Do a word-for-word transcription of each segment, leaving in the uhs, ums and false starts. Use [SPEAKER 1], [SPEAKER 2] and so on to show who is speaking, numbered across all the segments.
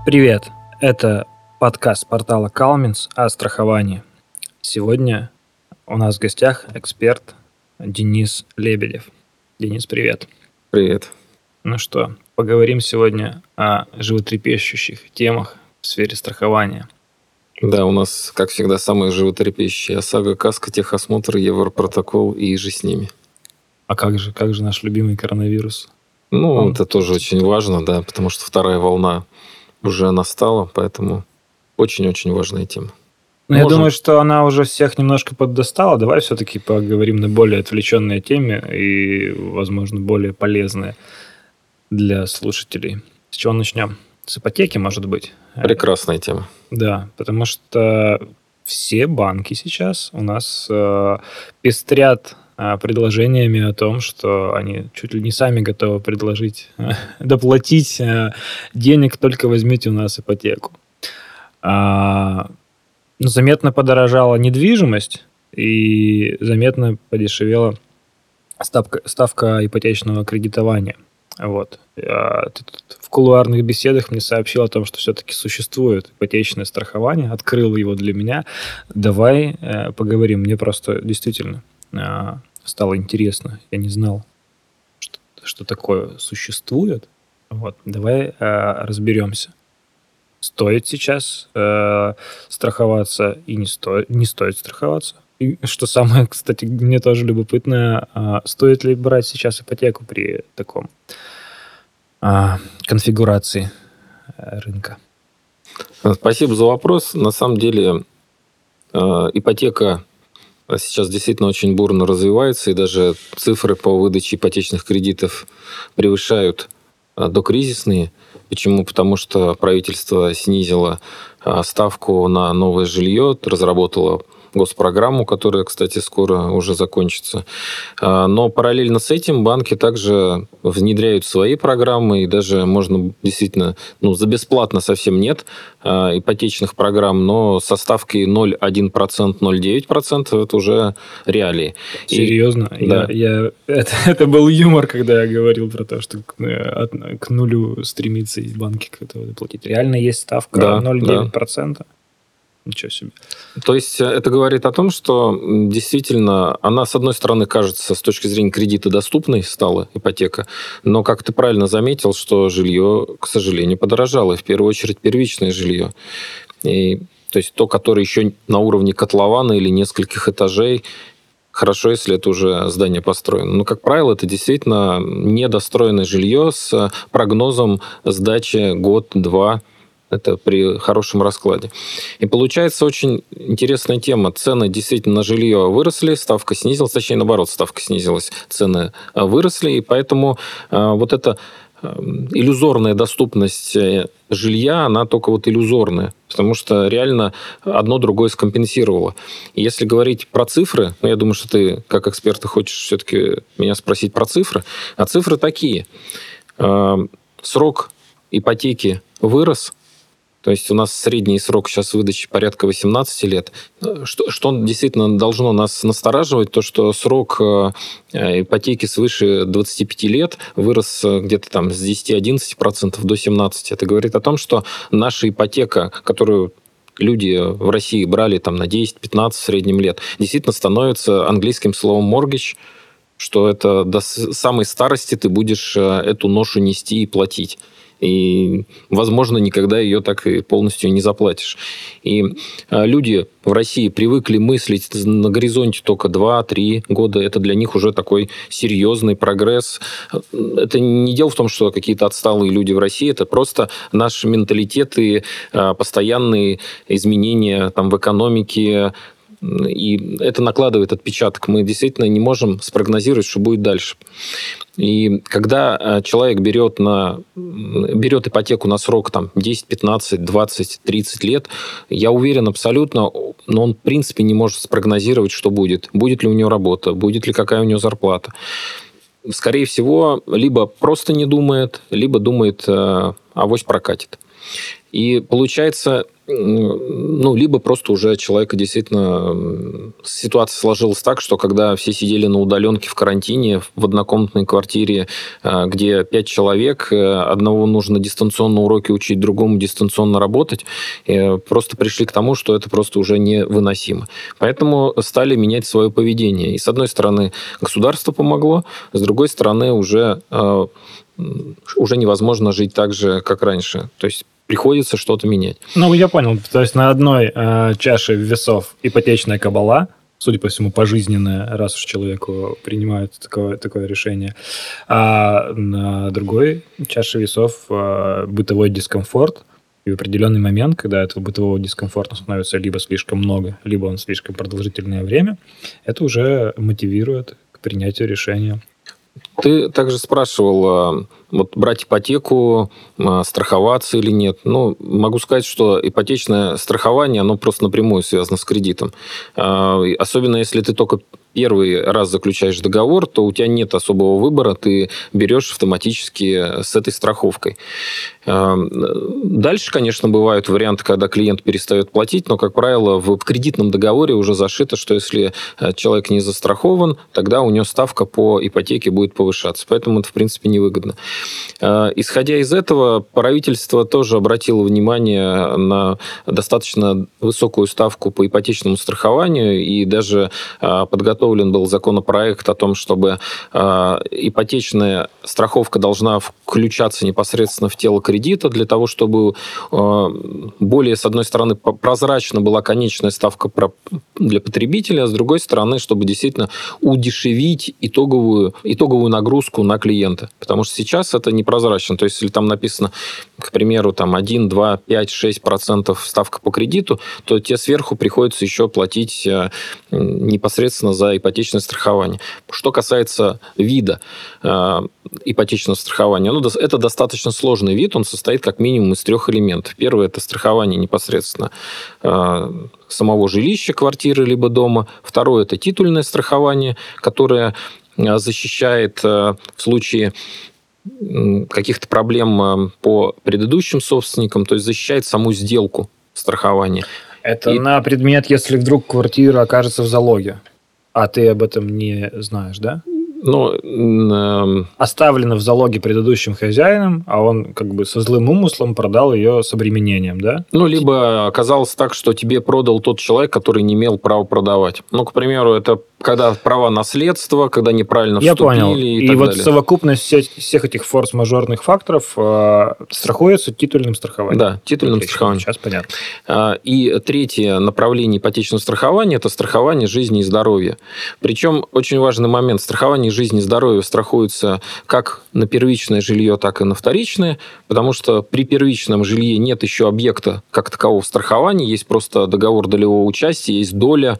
[SPEAKER 1] Привет! Это подкаст портала Calmins о страховании. Сегодня у нас в гостях эксперт Денис Лебедев. Денис, привет.
[SPEAKER 2] Привет.
[SPEAKER 1] Ну что, поговорим сегодня о животрепещущих темах в сфере страхования.
[SPEAKER 2] Да, у нас, как всегда, самые животрепещущие ОСАГО, КАСКО, техосмотр, Европротокол и же с ними.
[SPEAKER 1] А как же, как же наш любимый коронавирус?
[SPEAKER 2] Ну,
[SPEAKER 1] Он-
[SPEAKER 2] это тоже очень важно, да, потому что вторая волна уже настала, поэтому очень-очень важная тема.
[SPEAKER 1] Ну, я
[SPEAKER 2] Можем-
[SPEAKER 1] думаю, что она уже всех немножко поддостала. Давай все-таки поговорим на более отвлеченные темы и, возможно, более полезные для слушателей. С чего начнем? С ипотеки, может быть?
[SPEAKER 2] Прекрасная тема.
[SPEAKER 1] Да, потому что все банки сейчас у нас э, пестрят э, предложениями о том, что они чуть ли не сами готовы предложить э, доплатить э, денег, только возьмите у нас ипотеку. А, ну, заметно подорожала недвижимость и заметно подешевела ставка, ставка ипотечного кредитования. Вот. А ты тут в кулуарных беседах мне сообщил о том, что все-таки существует ипотечное страхование, открыл его для меня. Давай э, поговорим. Мне просто действительно э, стало интересно. Я не знал, что, что такое существует. Вот. Давай э, разберемся. Стоит сейчас э, страховаться и не, сто... не стоит страховаться. И что самое, кстати, мне тоже любопытно, а, стоит ли брать сейчас ипотеку при таком а, конфигурации э, рынка?
[SPEAKER 2] Спасибо за вопрос. На самом деле э, ипотека сейчас действительно очень бурно развивается, и даже цифры по выдаче ипотечных кредитов превышают э, докризисные. Почему? Потому что правительство снизило э, ставку на новое жилье, разработало госпрограмму, которая, кстати, скоро уже закончится. А, Но параллельно с этим банки также внедряют свои программы, и даже можно действительно, ну, за бесплатно совсем нет а, ипотечных программ, но со ставкой ноль целых один десятых процента, ноль целых девять десятых процента это уже реалии. И-
[SPEAKER 1] Серьезно?
[SPEAKER 2] да.
[SPEAKER 1] Я, я- это, это был юмор, когда я говорил про то, что к, э, от- к нулю стремится из банки готовы платить. Реально есть ставка
[SPEAKER 2] Да,
[SPEAKER 1] ноль целых
[SPEAKER 2] да.
[SPEAKER 1] девять десятых процента? Ничего себе.
[SPEAKER 2] То есть э, это говорит о том, что м, действительно она, с одной стороны, кажется, с точки зрения кредита доступной стала ипотека, но, как ты правильно заметил, что жилье, к сожалению, подорожало, и в первую очередь первичное жилье. И, то есть то, которое еще на уровне котлована или нескольких этажей, хорошо, если это уже здание построено. Но, как правило, это действительно недостроенное жилье с прогнозом сдачи год-два. Это при хорошем раскладе. И получается очень интересная тема. Цены действительно на жилье выросли, ставка снизилась, точнее, наоборот, ставка снизилась, цены а, выросли, и поэтому а, вот эта а, иллюзорная доступность э, жилья, она только вот иллюзорная, потому что реально одно другое скомпенсировало. И если говорить про цифры, ну, я думаю, что ты, как эксперт, ты хочешь все-таки меня спросить про цифры, а цифры такие. А, Срок ипотеки вырос. То есть у нас средний срок сейчас выдачи порядка восемнадцать лет. Что, что действительно должно нас настораживать, то, что срок э, ипотеки свыше двадцати пяти лет вырос э, где-то там с десяти-одиннадцати процентов до семнадцати процентов. Это говорит о том, что наша ипотека, которую люди в России брали там на десять-пятнадцать в среднем лет, действительно становится английским словом mortgage, что это до с- самой старости ты будешь э, эту ношу нести и платить. И, возможно, никогда ее так и полностью не заплатишь. И э, люди в России привыкли мыслить на горизонте только два-три года. Это для них уже такой серьезный прогресс. Это не дело в том, что какие-то отсталые люди в России. Это просто наш менталитет и э, постоянные изменения там, в экономике. И это накладывает отпечаток. Мы действительно не можем спрогнозировать, что будет дальше. И когда человек берет, на, берет ипотеку на срок там, десять, пятнадцать, двадцать, тридцать лет, я уверен абсолютно, но он в принципе не может спрогнозировать, что будет. Будет ли у него работа, будет ли какая у него зарплата. Скорее всего, либо просто не думает, либо думает, авось прокатит. И получается, ну, либо просто уже человека действительно ситуация сложилась так, что когда все сидели на удаленке в карантине в однокомнатной квартире, где пять человек, одного нужно дистанционно уроки учить, другому дистанционно работать, просто пришли к тому, что это просто уже невыносимо. Поэтому стали менять свое поведение. И с одной стороны государство помогло, с другой стороны уже, уже невозможно жить так же, как раньше. То есть приходится что-то менять.
[SPEAKER 1] Ну, я понял. То есть на одной э, чаше весов ипотечная кабала, судя по всему, пожизненная, раз уж человеку принимают такое, такое решение, а на другой чаше весов э, бытовой дискомфорт. И в определенный момент, когда этого бытового дискомфорта становится либо слишком много, либо он слишком продолжительное время, это уже мотивирует к принятию решения.
[SPEAKER 2] Ты также спрашивал, вот брать ипотеку, страховаться или нет. Ну, могу сказать, что ипотечное страхование, оно просто напрямую связано с кредитом. Особенно если ты только первый раз заключаешь договор, то у тебя нет особого выбора, ты берешь автоматически с этой страховкой. Дальше, конечно, бывают варианты, когда клиент перестает платить, но, как правило, в кредитном договоре уже зашито, что если человек не застрахован, тогда у него ставка по ипотеке будет повышаться. Поэтому это, в принципе, невыгодно. Исходя из этого, правительство тоже обратило внимание на достаточно высокую ставку по ипотечному страхованию, и даже подготовил Подготовлен был законопроект о том, чтобы э, ипотечная страховка должна включаться непосредственно в тело кредита для того, чтобы э, более, с одной стороны, прозрачно была конечная ставка для потребителя, а с другой стороны, чтобы действительно удешевить итоговую, итоговую нагрузку на клиента. Потому что сейчас это непрозрачно. То есть, если там написано, к примеру, там один, два, пять, шесть процентов ставка по кредиту, то тебе сверху приходится еще платить э, непосредственно за ипотечное страхование. Что касается вида э, ипотечного страхования, ну, это достаточно сложный вид, он состоит как минимум из трех элементов. Первый – это страхование непосредственно э, самого жилища, квартиры либо дома. Второе – это титульное страхование, которое защищает э, в случае каких-то проблем по предыдущим собственникам, то есть защищает саму сделку страхования.
[SPEAKER 1] Это И... на предмет, если вдруг квартира окажется в залоге. А ты об этом не знаешь, да?
[SPEAKER 2] Ну, э...
[SPEAKER 1] оставлена в залоге предыдущим хозяином, а он как бы со злым умыслом продал ее с обременением, да?
[SPEAKER 2] Ну, либо оказалось так, что тебе продал тот человек, который не имел права продавать. Ну, к примеру, это когда права наследства, когда неправильно
[SPEAKER 1] Я
[SPEAKER 2] вступили
[SPEAKER 1] понял.
[SPEAKER 2] и,
[SPEAKER 1] и
[SPEAKER 2] так
[SPEAKER 1] вот
[SPEAKER 2] далее.
[SPEAKER 1] совокупность всех, всех этих форс-мажорных факторов э, страхуется титульным страхованием.
[SPEAKER 2] Да, титульным
[SPEAKER 1] Отлично,
[SPEAKER 2] страхованием.
[SPEAKER 1] Сейчас понятно.
[SPEAKER 2] И третье направление ипотечного страхования – это страхование жизни и здоровья. Причем очень важный момент. Страхование жизни и здоровья страхуется как на первичное жилье, так и на вторичное, потому что при первичном жилье нет еще объекта как такового страхования, есть просто договор долевого участия, есть доля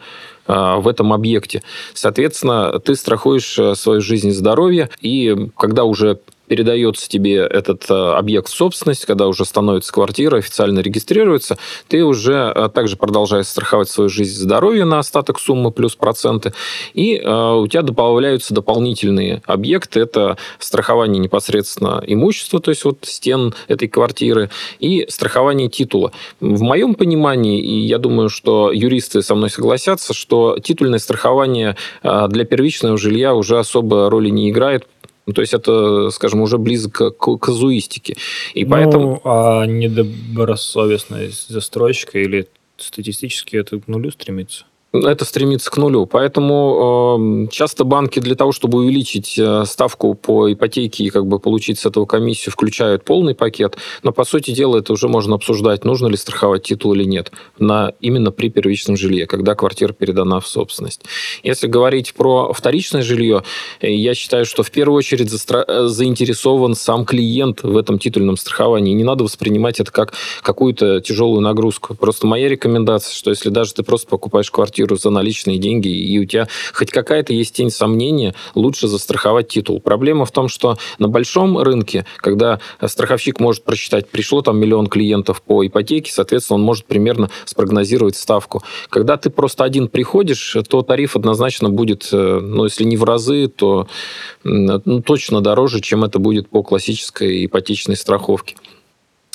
[SPEAKER 2] в этом объекте. Соответственно, ты страхуешь свою жизнь и здоровье, и когда уже передается тебе этот объект в собственность, когда уже становится квартира, официально регистрируется, ты уже также продолжаешь страховать свою жизнь и здоровье на остаток суммы плюс проценты, и у тебя добавляются дополнительные объекты. Это страхование непосредственно имущества, то есть вот стен этой квартиры, и страхование титула. В моем понимании, и я думаю, что юристы со мной согласятся, что титульное страхование для первичного жилья уже особо роли не играет. Ну, то есть это, скажем, уже близко к казуистике. И
[SPEAKER 1] ну,
[SPEAKER 2] поэтому...
[SPEAKER 1] а недобросовестная застройщика или статистически это к нулю стремится?
[SPEAKER 2] Это стремится к нулю. Поэтому э, часто банки для того, чтобы увеличить ставку по ипотеке и как бы получить с этого комиссию, включают полный пакет. Но, по сути дела, это уже можно обсуждать, нужно ли страховать титул или нет, на, именно при первичном жилье, когда квартира передана в собственность. Если говорить про вторичное жилье, я считаю, что в первую очередь застра... заинтересован сам клиент в этом титульном страховании. Не надо воспринимать это как какую-то тяжелую нагрузку. Просто моя рекомендация, что если даже ты просто покупаешь квартиру за наличные деньги, и у тебя хоть какая-то есть тень сомнения, лучше застраховать титул. Проблема в том, что на большом рынке, когда страховщик может просчитать, пришло там миллион клиентов по ипотеке, соответственно, он может примерно спрогнозировать ставку. Когда ты просто один приходишь, то тариф однозначно будет, ну, если не в разы, то ну, точно дороже, чем это будет по классической ипотечной страховке.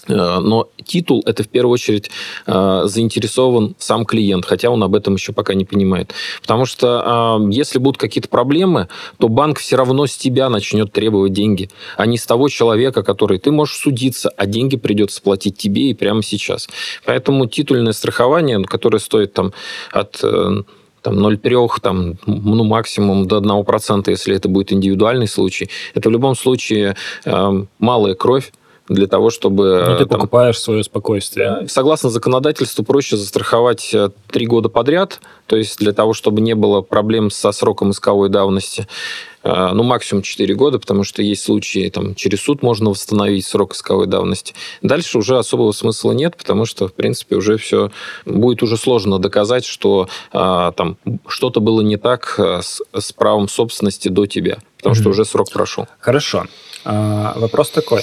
[SPEAKER 2] Но титул – это в первую очередь заинтересован сам клиент, хотя он об этом еще пока не понимает. Потому что если будут какие-то проблемы, то банк все равно с тебя начнет требовать деньги, а не с того человека, который ты можешь судиться, а деньги придется платить тебе и прямо сейчас. Поэтому титульное страхование, которое стоит там, от там, ноль целых три, там, ну, максимум до одного процента, если это будет индивидуальный случай, это в любом случае малая кровь для того, чтобы...
[SPEAKER 1] Ну, ты
[SPEAKER 2] там,
[SPEAKER 1] покупаешь свое спокойствие.
[SPEAKER 2] Согласно законодательству, проще застраховать три года подряд, то есть для того, чтобы не было проблем со сроком исковой давности. Ну, максимум четыре года, потому что есть случаи, там, через суд можно восстановить срок исковой давности. Дальше уже особого смысла нет, потому что, в принципе, уже все будет уже сложно доказать, что там что-то было не так с, с правом собственности до тебя, потому mm-hmm. что уже срок прошел.
[SPEAKER 1] Хорошо. А, вопрос такой.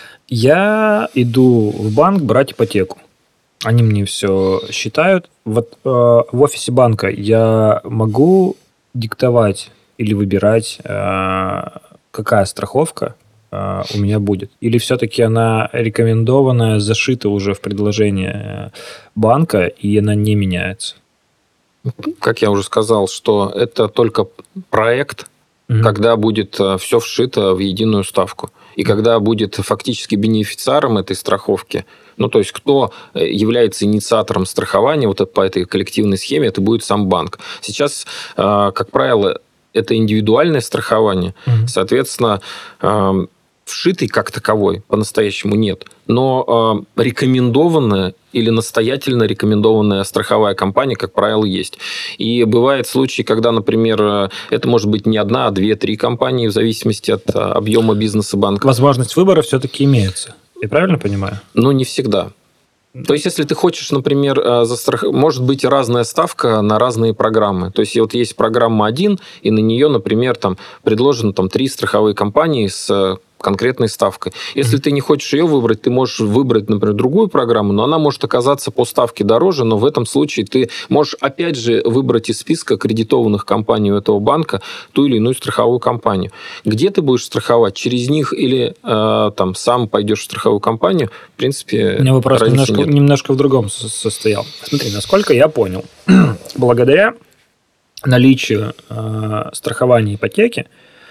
[SPEAKER 1] Я иду в банк брать ипотеку. Они мне все считают. Вот э, в офисе банка я могу диктовать или выбирать, э, какая страховка э, у меня будет? Или все-таки она рекомендованная, зашита уже в предложение банка, и она не меняется?
[SPEAKER 2] Как я уже сказал, что это только проект, mm-hmm. когда будет все вшито в единую ставку. И когда будет фактически бенефициаром этой страховки, ну, то есть кто является инициатором страхования вот по этой коллективной схеме, это будет сам банк. Сейчас, как правило, это индивидуальное страхование, mm-hmm. соответственно, вшитый как таковой по-настоящему нет. Но э, рекомендованная или настоятельно рекомендованная страховая компания, как правило, есть. И бывают случаи, когда, например, это может быть не одна, а две, три компании, в зависимости от объема бизнеса банка.
[SPEAKER 1] Возможность выбора все-таки имеется. Я правильно понимаю?
[SPEAKER 2] Ну, не всегда. То есть, если ты хочешь, например, застрах... может быть разная ставка на разные программы. То есть, вот есть программа один, и на нее, например, там предложено там, три страховые компании с конкретной ставкой. Если mm-hmm. ты не хочешь ее выбрать, ты можешь выбрать, например, другую программу, но она может оказаться по ставке дороже, но в этом случае ты можешь опять же выбрать из списка аккредитованных компаний у этого банка ту или иную страховую компанию. Где ты будешь страховать? Через них или э, там сам пойдешь в страховую компанию? В принципе,
[SPEAKER 1] у меня вопрос немножко, немножко в другом состоял. Смотри, насколько я понял, благодаря наличию э, страхования ипотеки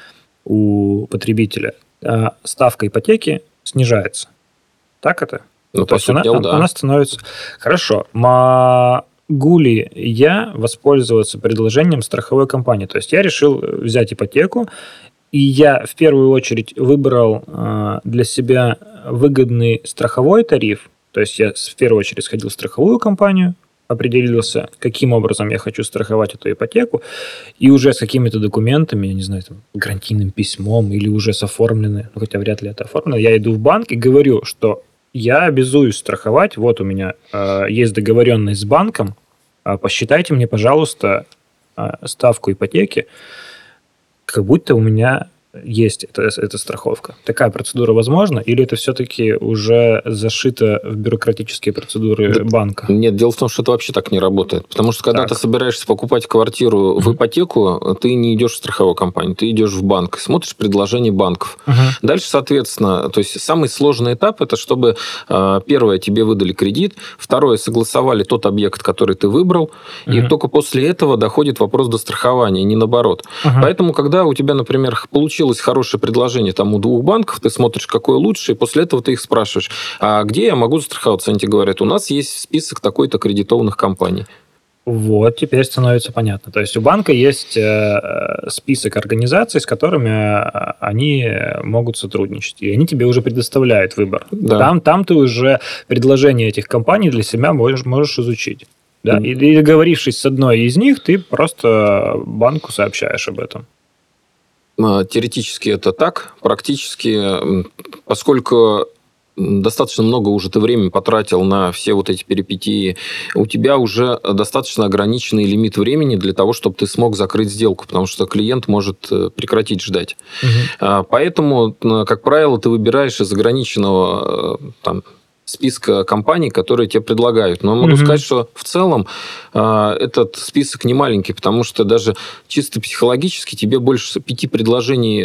[SPEAKER 1] у потребителя ставка ипотеки снижается. Так это?
[SPEAKER 2] Ну,
[SPEAKER 1] То
[SPEAKER 2] по сути дела, да.
[SPEAKER 1] Она становится... Хорошо. Могу ли я воспользоваться предложением страховой компании? То есть я решил взять ипотеку, и я в первую очередь выбрал для себя выгодный страховой тариф. То есть я в первую очередь сходил в страховую компанию, определился, каким образом я хочу страховать эту ипотеку, и уже с какими-то документами, я не знаю, там, гарантийным письмом или уже с оформлены, ну, хотя вряд ли это оформлено, я иду в банк и говорю, что я обязуюсь страховать, вот у меня э, есть договоренность с банком, э, посчитайте мне, пожалуйста, э, ставку ипотеки, как будто у меня есть эта, эта страховка. Такая процедура возможна, или это все-таки уже зашито в бюрократические процедуры да, банка?
[SPEAKER 2] Нет, дело в том, что это вообще так не работает. Потому что когда так. ты собираешься покупать квартиру mm-hmm. в ипотеку, ты не идешь в страховую компанию, ты идешь в банк, смотришь предложения банков. Mm-hmm. Дальше, соответственно, то есть самый сложный этап, это чтобы, первое, тебе выдали кредит, второе, согласовали тот объект, который ты выбрал, mm-hmm. и только после этого доходит вопрос до страхования, не наоборот. Mm-hmm. Поэтому, когда у тебя, например, получилось хорошее предложение там у двух банков, ты смотришь, какое лучше, и после этого ты их спрашиваешь, а где я могу застраховаться? Они тебе говорят, у нас есть список такой-то аккредитованных компаний.
[SPEAKER 1] Вот, теперь становится понятно. То есть у банка есть список организаций, с которыми они могут сотрудничать, и они тебе уже предоставляют выбор. Да. Там, там ты уже предложение этих компаний для себя можешь, можешь изучить. Да? Mm. И, и договорившись с одной из них, ты просто банку сообщаешь об этом.
[SPEAKER 2] Теоретически это так, практически, поскольку достаточно много уже ты времени потратил на все вот эти перипетии, у тебя уже достаточно ограниченный лимит времени для того, чтобы ты смог закрыть сделку, потому что клиент может прекратить ждать. Угу. Поэтому, как правило, ты выбираешь из ограниченного там, списка компаний, которые тебе предлагают. Но могу mm-hmm. сказать, что в целом э, этот список не маленький, потому что даже чисто психологически тебе больше пяти предложений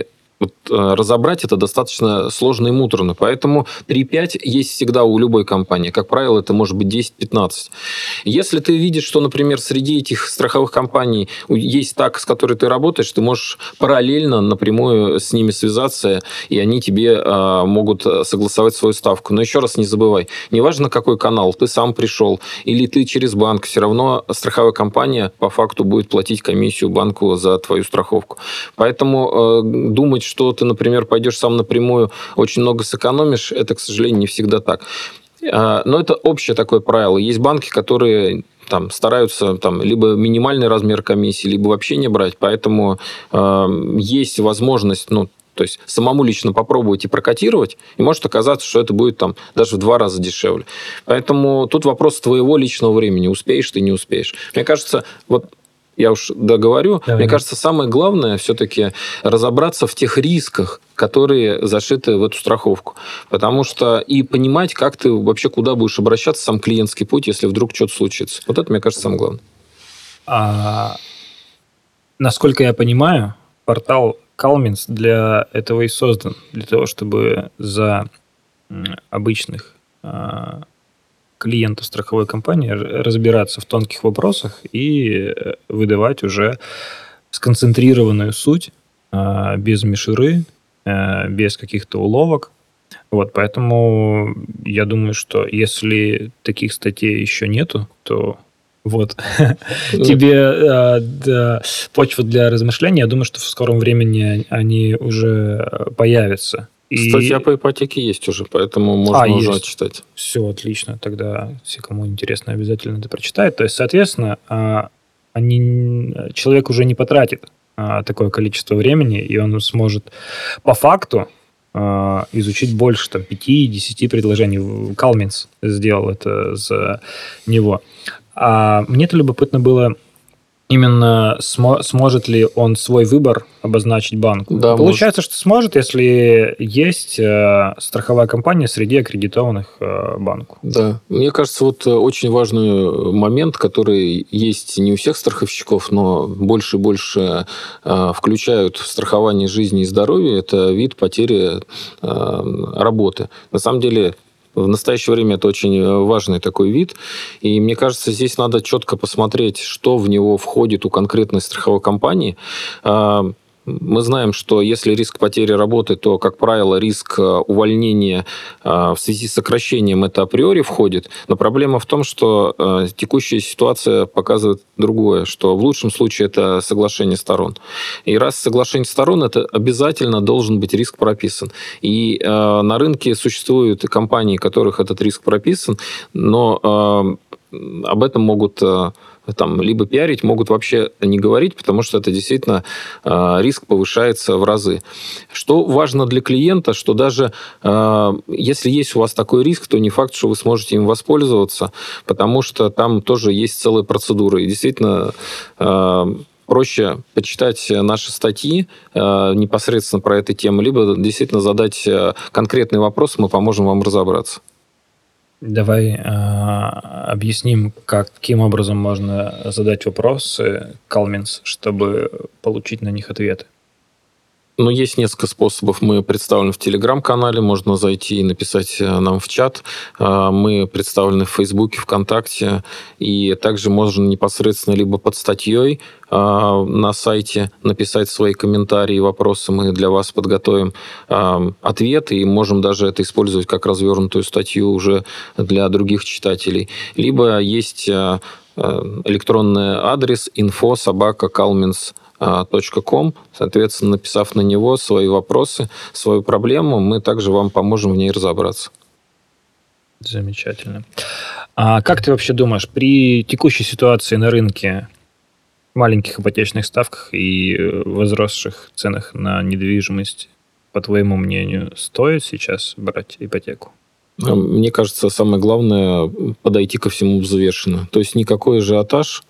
[SPEAKER 2] Вот, э, разобрать это достаточно сложно и муторно. Поэтому три-пять есть всегда у любой компании. Как правило, это может быть десять-пятнадцать. Если ты видишь, что, например, среди этих страховых компаний есть так, с которой ты работаешь, ты можешь параллельно напрямую с ними связаться, и они тебе э, могут согласовать свою ставку. Но еще раз не забывай, неважно, какой канал, ты сам пришел, или ты через банк, все равно страховая компания по факту будет платить комиссию банку за твою страховку. Поэтому э, думать, что ты, например, пойдешь сам напрямую, очень много сэкономишь, это, к сожалению, не всегда так. Но это общее такое правило. Есть банки, которые там, стараются там, либо минимальный размер комиссии, либо вообще не брать. Поэтому э, есть возможность, ну, то есть самому лично попробовать и прокатировать, и может оказаться, что это будет там, даже в два раза дешевле. Поэтому тут вопрос твоего личного времени. Успеешь ты, не успеешь. Мне кажется, вот я уж договорю. Давай. Мне кажется, самое главное все-таки разобраться в тех рисках, которые зашиты в эту страховку. Потому что и понимать, как ты вообще куда будешь обращаться, сам клиентский путь, если вдруг что-то случится. Вот это, мне кажется, самое главное.
[SPEAKER 1] А, насколько я понимаю, портал Calmins для этого и создан. Для того, чтобы за обычных клиентов страховой компании разбираться в тонких вопросах и выдавать уже сконцентрированную суть, без мишуры, без каких-то уловок. Вот, поэтому я думаю, что если таких статей еще нету, то вот тебе почва для размышлений. Я думаю, что в скором времени они уже появятся.
[SPEAKER 2] И... Статья по ипотеке есть уже, поэтому можно а, уже есть. Читать.
[SPEAKER 1] Все, отлично. Тогда все, кому интересно, обязательно это прочитают. То есть, соответственно, они... человек уже не потратит такое количество времени, и он сможет по факту изучить больше там, пяти-десяти предложений. Calmins сделал это за него. А мне-то любопытно было... Именно смо- сможет ли он свой выбор обозначить банку?
[SPEAKER 2] Да,
[SPEAKER 1] Получается,
[SPEAKER 2] может.
[SPEAKER 1] что сможет, если есть э, страховая компания среди аккредитованных э, банку.
[SPEAKER 2] Да. Мне кажется, вот очень важный момент, который есть не у всех страховщиков, но больше и больше э, включают в страхование жизни и здоровья, это вид потери э, работы. На самом деле... В настоящее время это очень важный такой вид. И мне кажется, здесь надо четко посмотреть, что в него входит у конкретной страховой компании. Мы знаем, что если риск потери работы, то, как правило, риск увольнения в связи с сокращением это априори входит. Но проблема в том, что текущая ситуация показывает другое, что в лучшем случае это соглашение сторон. И раз соглашение сторон, это обязательно должен быть риск прописан. И на рынке существуют компании, у которых этот риск прописан, но об этом могут... Там, либо пиарить, могут вообще не говорить, потому что это действительно э, риск повышается в разы. Что важно для клиента, что даже э, если есть у вас такой риск, то не факт, что вы сможете им воспользоваться, потому что там тоже есть целая процедура. И действительно... Э, проще почитать наши статьи э, непосредственно про эту тему, либо действительно задать э, конкретный вопрос, мы поможем вам разобраться.
[SPEAKER 1] Давай э, объясним, каким образом можно задать вопросы Calmins, чтобы получить на них ответы.
[SPEAKER 2] Ну, есть несколько способов. Мы представлены в Телеграм-канале, можно зайти и написать нам в чат. Мы представлены в Фейсбуке, ВКонтакте. И также можно непосредственно либо под статьей на сайте написать свои комментарии и вопросы. Мы для вас подготовим ответы и можем даже это использовать как развернутую статью уже для других читателей. Либо есть электронный адрес info собака calmins точка ком. Соответственно, написав на него свои вопросы, свою проблему, мы также вам поможем в ней разобраться.
[SPEAKER 1] Замечательно. А как ты вообще думаешь, при текущей ситуации на рынке, маленьких ипотечных ставках и возросших ценах на недвижимость, по твоему мнению, стоит сейчас брать ипотеку?
[SPEAKER 2] Мне кажется, самое главное подойти ко всему взвешенно. То есть никакой ажиотаж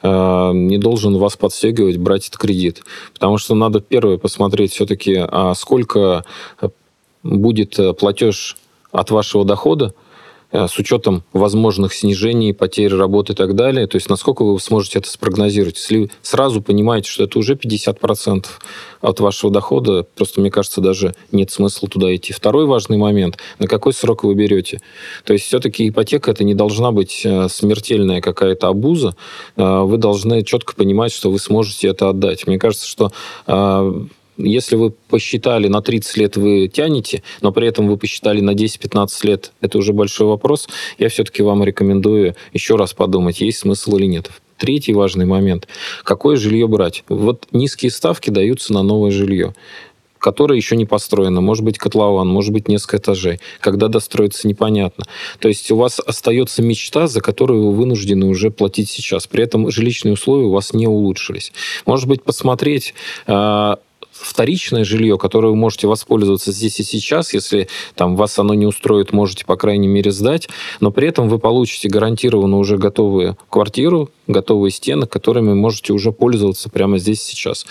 [SPEAKER 2] не должен вас подстегивать брать этот кредит. Потому что надо первое посмотреть все-таки, а сколько будет платеж от вашего дохода, с учетом возможных снижений, потерь работы и так далее. То есть насколько вы сможете это спрогнозировать. Если вы сразу понимаете, что это уже пятьдесят процентов от вашего дохода, просто, мне кажется, даже нет смысла туда идти. Второй важный момент. На какой срок вы берете? То есть все-таки ипотека это не должна быть смертельная какая-то абуза. Вы должны четко понимать, что вы сможете это отдать. Мне кажется, что если вы посчитали, на тридцать лет вы тянете, но при этом вы посчитали на десять-пятнадцать лет, это уже большой вопрос. Я все-таки вам рекомендую еще раз подумать, есть смысл или нет. Третий важный момент. Какое жилье брать? Вот низкие ставки даются на новое жилье, которое еще не построено. Может быть, котлован, может быть, несколько этажей. Когда достроится, непонятно. То есть у вас остается мечта, за которую вы вынуждены уже платить сейчас. При этом жилищные условия у вас не улучшились. Может быть, посмотреть вторичное жилье, которое вы можете воспользоваться здесь и сейчас, если там, вас оно не устроит, можете, по крайней мере, сдать, но при этом вы получите гарантированно уже готовую квартиру, готовые стены, которыми можете уже пользоваться прямо здесь и сейчас.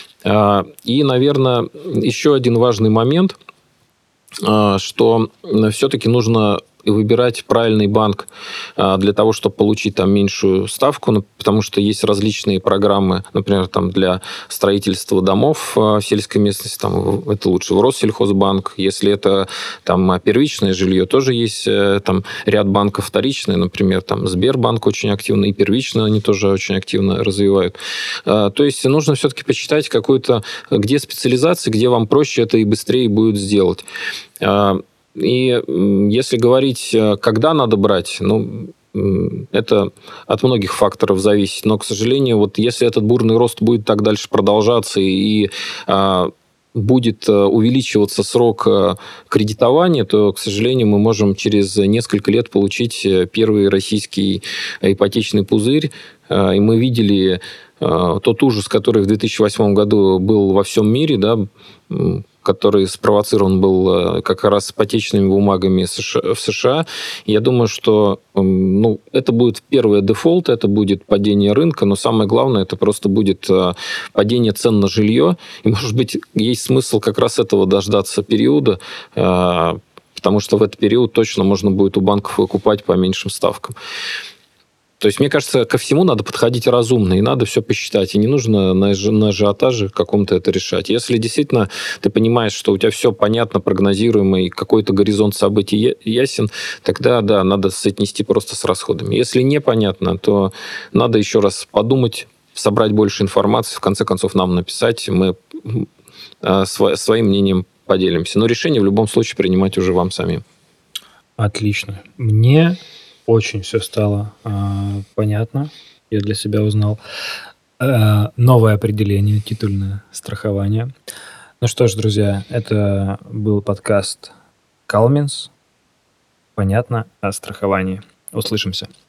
[SPEAKER 2] И, наверное, еще один важный момент, что все-таки нужно выбирать правильный банк для того, чтобы получить там меньшую ставку, потому что есть различные программы, например, там для строительства домов в сельской местности, там это лучше в Россельхозбанк. Если это там первичное жилье, тоже есть там ряд банков вторичные, например, там Сбербанк очень активно, и первично они тоже очень активно развивают. То есть нужно все-таки почитать какую-то, где специализация, где вам проще это и быстрее будет сделать. И если говорить, когда надо брать, ну, это от многих факторов зависит. Но, к сожалению, вот если этот бурный рост будет так дальше продолжаться и а, будет увеличиваться срок кредитования, то, к сожалению, мы можем через несколько лет получить первый российский ипотечный пузырь. И мы видели тот ужас, который в две тысячи восьмом году был во всем мире, да, который спровоцирован был как раз ипотечными бумагами в США. Я думаю, что ну, это будет первый дефолт, это будет падение рынка, но самое главное, это просто будет падение цен на жилье. И, может быть, есть смысл как раз этого дождаться периода, потому что в этот период точно можно будет у банков выкупать по меньшим ставкам. То есть, мне кажется, ко всему надо подходить разумно, и надо все посчитать, и не нужно на ажиотаже каком-то это решать. Если действительно ты понимаешь, что у тебя все понятно, прогнозируемо, и какой-то горизонт событий ясен, тогда, да, надо соотнести просто с расходами. Если непонятно, то надо еще раз подумать, собрать больше информации, в конце концов нам написать, мы своим мнением поделимся. Но решение в любом случае принимать уже вам самим.
[SPEAKER 1] Отлично. Мне очень все стало э, понятно. Я для себя узнал э, новое определение, титульное страхование. Ну что ж, друзья, это был подкаст Калминс. Понятно о страховании. Услышимся.